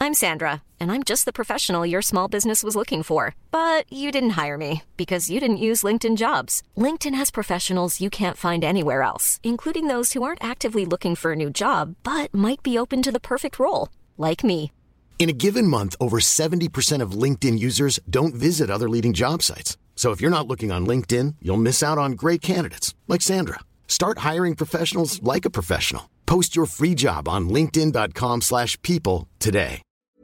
I'm Sandra, and I'm just the professional your small business was looking for. But you didn't hire me because you didn't use LinkedIn Jobs. LinkedIn has professionals you can't find anywhere else, including those who aren't actively looking for a new job, but might be open to the perfect role, like me. In a given month, over 70% of LinkedIn users don't visit other leading job sites. So if you're not looking on LinkedIn, you'll miss out on great candidates like Sandra. Start hiring professionals like a professional. Post your free job on linkedin.com/people today.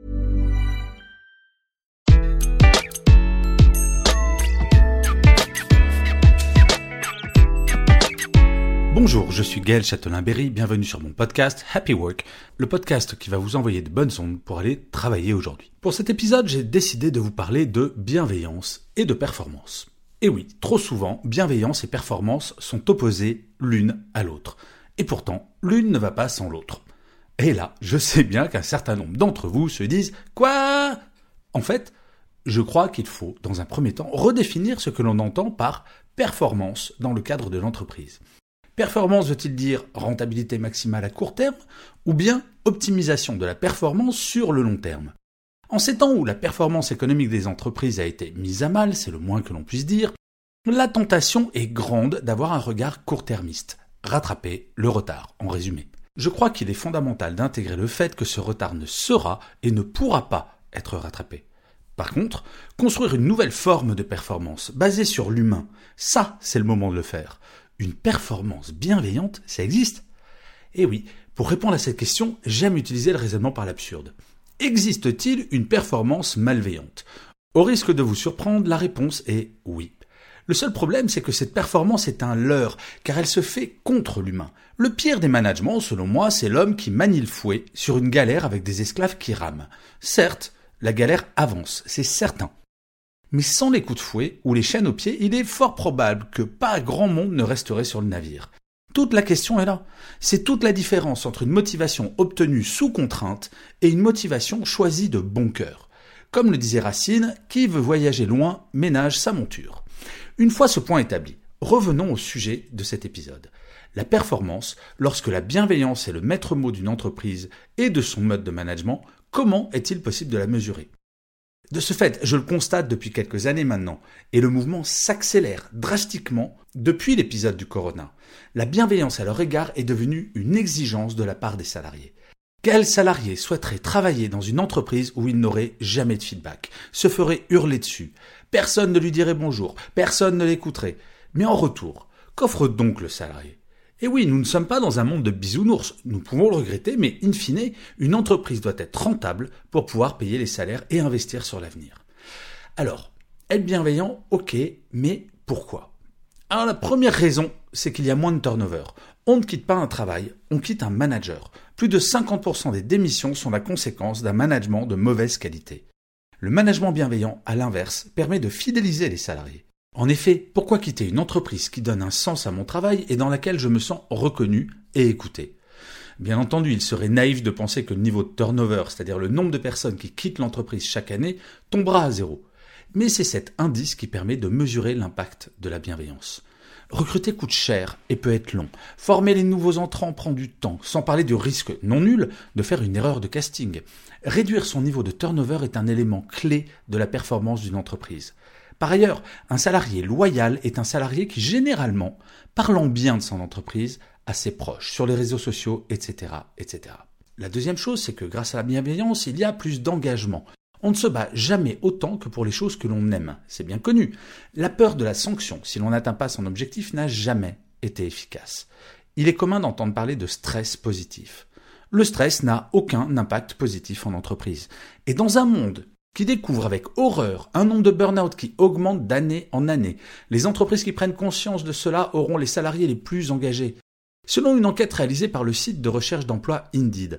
Bonjour, je suis Gaël Châtelain-Berry, bienvenue sur mon podcast Happy Work, le podcast qui va vous envoyer de bonnes ondes pour aller travailler aujourd'hui. Pour cet épisode, j'ai décidé de vous parler de bienveillance et de performance. Et oui, trop souvent, bienveillance et performance sont opposées l'une à l'autre. Et pourtant, l'une ne va pas sans l'autre. Et là, je sais bien qu'un certain nombre d'entre vous se disent « Quoi ?» En fait, je crois qu'il faut, dans un premier temps, redéfinir ce que l'on entend par performance dans le cadre de l'entreprise. Performance veut-il dire rentabilité maximale à court terme ou bien optimisation de la performance sur le long terme? En ces temps où la performance économique des entreprises a été mise à mal, c'est le moins que l'on puisse dire, la tentation est grande d'avoir un regard court-termiste, rattraper le retard, en résumé. Je crois qu'il est fondamental d'intégrer le fait que ce retard ne sera et ne pourra pas être rattrapé. Par contre, construire une nouvelle forme de performance basée sur l'humain, ça, c'est le moment de le faire. Une performance bienveillante, ça existe? Eh oui, pour répondre à cette question, j'aime utiliser le raisonnement par l'absurde. Existe-t-il une performance malveillante? Au risque de vous surprendre, la réponse est oui. Le seul problème, c'est que cette performance est un leurre, car elle se fait contre l'humain. Le pire des managements, selon moi, c'est l'homme qui manie le fouet sur une galère avec des esclaves qui rament. Certes, la galère avance, c'est certain. Mais sans les coups de fouet ou les chaînes aux pieds, il est fort probable que pas grand monde ne resterait sur le navire. Toute la question est là. C'est toute la différence entre une motivation obtenue sous contrainte et une motivation choisie de bon cœur. Comme le disait Racine, qui veut voyager loin ménage sa monture. Une fois ce point établi, revenons au sujet de cet épisode. La performance, lorsque la bienveillance est le maître mot d'une entreprise et de son mode de management, comment est-il possible de la mesurer ? De ce fait, je le constate depuis quelques années maintenant, et le mouvement s'accélère drastiquement depuis l'épisode du Corona. La bienveillance à leur égard est devenue une exigence de la part des salariés. Quel salarié souhaiterait travailler dans une entreprise où il n'aurait jamais de feedback, se ferait hurler dessus, personne ne lui dirait bonjour, personne ne l'écouterait. Mais en retour, qu'offre donc le salarié ? Et oui, nous ne sommes pas dans un monde de bisounours, nous pouvons le regretter, mais in fine, une entreprise doit être rentable pour pouvoir payer les salaires et investir sur l'avenir. Alors, être bienveillant, ok, mais pourquoi ? Alors la première raison, c'est qu'il y a moins de turnover. On ne quitte pas un travail, on quitte un manager. Plus de 50% des démissions sont la conséquence d'un management de mauvaise qualité. Le management bienveillant, à l'inverse, permet de fidéliser les salariés. En effet, pourquoi quitter une entreprise qui donne un sens à mon travail et dans laquelle je me sens reconnu et écouté ? Bien entendu, il serait naïf de penser que le niveau de turnover, c'est-à-dire le nombre de personnes qui quittent l'entreprise chaque année, tombera à zéro. Mais c'est cet indice qui permet de mesurer l'impact de la bienveillance. Recruter coûte cher et peut être long. Former les nouveaux entrants prend du temps, sans parler du risque non nul de faire une erreur de casting. Réduire son niveau de turnover est un élément clé de la performance d'une entreprise. Par ailleurs, un salarié loyal est un salarié qui, généralement, parlant bien de son entreprise, à ses proches, sur les réseaux sociaux, etc., etc. La deuxième chose, c'est que grâce à la bienveillance, il y a plus d'engagement. On ne se bat jamais autant que pour les choses que l'on aime, c'est bien connu. La peur de la sanction, si l'on n'atteint pas son objectif, n'a jamais été efficace. Il est commun d'entendre parler de stress positif. Le stress n'a aucun impact positif en entreprise. Et dans un monde qui découvre avec horreur un nombre de burn-out qui augmente d'année en année, les entreprises qui prennent conscience de cela auront les salariés les plus engagés. Selon une enquête réalisée par le site de recherche d'emploi Indeed,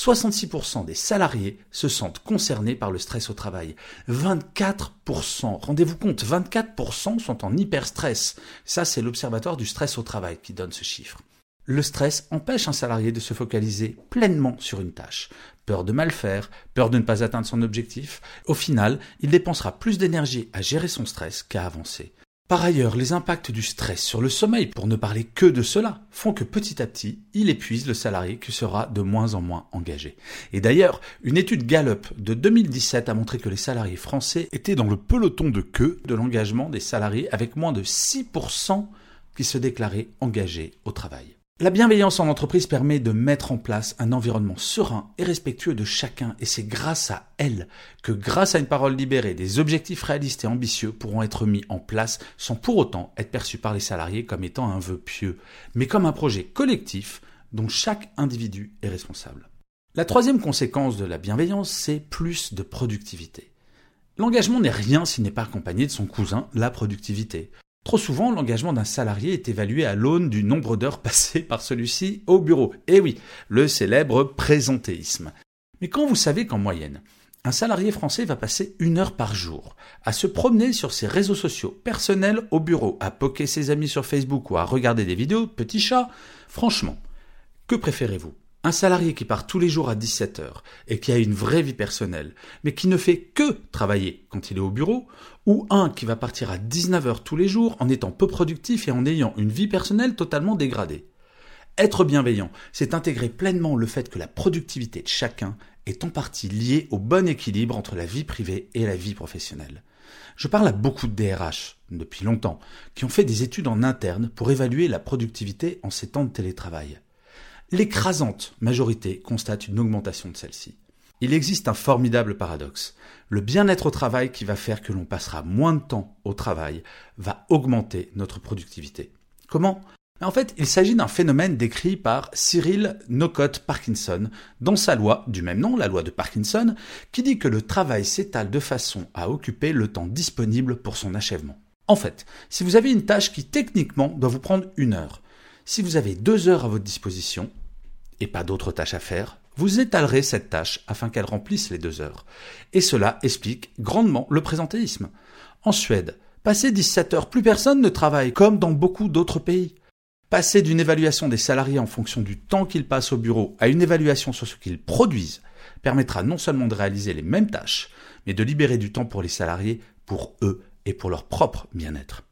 66% des salariés se sentent concernés par le stress au travail. 24%, rendez-vous compte, 24% sont en hyperstress. Ça, c'est l'Observatoire du stress au travail qui donne ce chiffre. Le stress empêche un salarié de se focaliser pleinement sur une tâche. Peur de mal faire, peur de ne pas atteindre son objectif. Au final, il dépensera plus d'énergie à gérer son stress qu'à avancer. Par ailleurs, les impacts du stress sur le sommeil, pour ne parler que de cela, font que petit à petit, il épuise le salarié qui sera de moins en moins engagé. Et d'ailleurs, une étude Gallup de 2017 a montré que les salariés français étaient dans le peloton de queue de l'engagement des salariés avec moins de 6% qui se déclaraient engagés au travail. La bienveillance en entreprise permet de mettre en place un environnement serein et respectueux de chacun, et c'est grâce à elle que, grâce à une parole libérée, des objectifs réalistes et ambitieux pourront être mis en place sans pour autant être perçus par les salariés comme étant un vœu pieux, mais comme un projet collectif dont chaque individu est responsable. La troisième conséquence de la bienveillance, c'est plus de productivité. L'engagement n'est rien s'il n'est pas accompagné de son cousin, la productivité. Trop souvent, l'engagement d'un salarié est évalué à l'aune du nombre d'heures passées par celui-ci au bureau. Et oui, le célèbre présentéisme. Mais quand vous savez qu'en moyenne, un salarié français va passer 1 heure par jour à se promener sur ses réseaux sociaux personnels au bureau, à poker ses amis sur Facebook ou à regarder des vidéos de petits chats, franchement, que préférez-vous ? Un salarié qui part tous les jours à 17h et qui a une vraie vie personnelle, mais qui ne fait que travailler quand il est au bureau, ou un qui va partir à 19h tous les jours en étant peu productif et en ayant une vie personnelle totalement dégradée. Être bienveillant, c'est intégrer pleinement le fait que la productivité de chacun est en partie liée au bon équilibre entre la vie privée et la vie professionnelle. Je parle à beaucoup de DRH, depuis longtemps, qui ont fait des études en interne pour évaluer la productivité en ces temps de télétravail. L'écrasante majorité constate une augmentation de celle-ci. Il existe un formidable paradoxe. Le bien-être au travail qui va faire que l'on passera moins de temps au travail va augmenter notre productivité. Comment ? En fait, il s'agit d'un phénomène décrit par Cyril Nocott-Parkinson dans sa loi du même nom, la loi de Parkinson, qui dit que le travail s'étale de façon à occuper le temps disponible pour son achèvement. En fait, si vous avez une tâche qui techniquement doit vous prendre 1 heure, si vous avez 2 heures à votre disposition, et pas d'autres tâches à faire, vous étalerez cette tâche afin qu'elle remplisse les 2 heures. Et cela explique grandement le présentéisme. En Suède, passé 17 heures, plus personne ne travaille comme dans beaucoup d'autres pays. Passer d'une évaluation des salariés en fonction du temps qu'ils passent au bureau à une évaluation sur ce qu'ils produisent permettra non seulement de réaliser les mêmes tâches, mais de libérer du temps pour les salariés, pour eux et pour leur propre bien-être.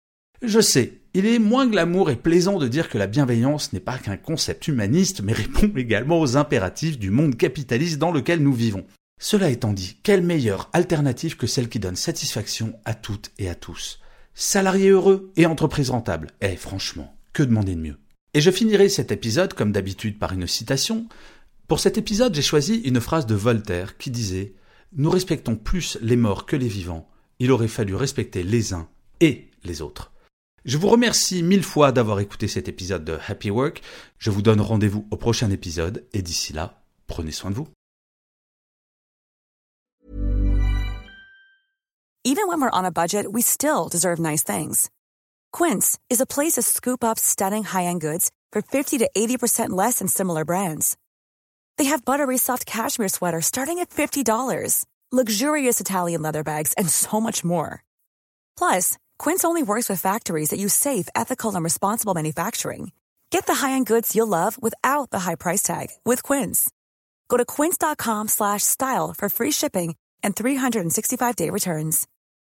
Je sais, il est moins glamour et plaisant de dire que la bienveillance n'est pas qu'un concept humaniste, mais répond également aux impératifs du monde capitaliste dans lequel nous vivons. Cela étant dit, quelle meilleure alternative que celle qui donne satisfaction à toutes et à tous ? Salariés heureux et entreprises rentables. Franchement, que demander de mieux ? Et je finirai cet épisode, comme d'habitude, par une citation. Pour cet épisode, j'ai choisi une phrase de Voltaire qui disait « Nous respectons plus les morts que les vivants. Il aurait fallu respecter les uns et les autres. » Je vous remercie 1000 fois d'avoir écouté cet épisode de Happy Work. Je vous donne rendez-vous au prochain épisode et d'ici là, prenez soin de vous. Even when we're on a budget, we still deserve nice things. Quince is a place to scoop up stunning high-end goods for 50 to 80% less than similar brands. They have buttery soft cashmere sweaters starting at $50, luxurious Italian leather bags, and so much more. Plus, Quince only works with factories that use safe, ethical, and responsible manufacturing. Get the high-end goods you'll love without the high price tag with Quince. Go to quince.com/style for free shipping and 365-day returns.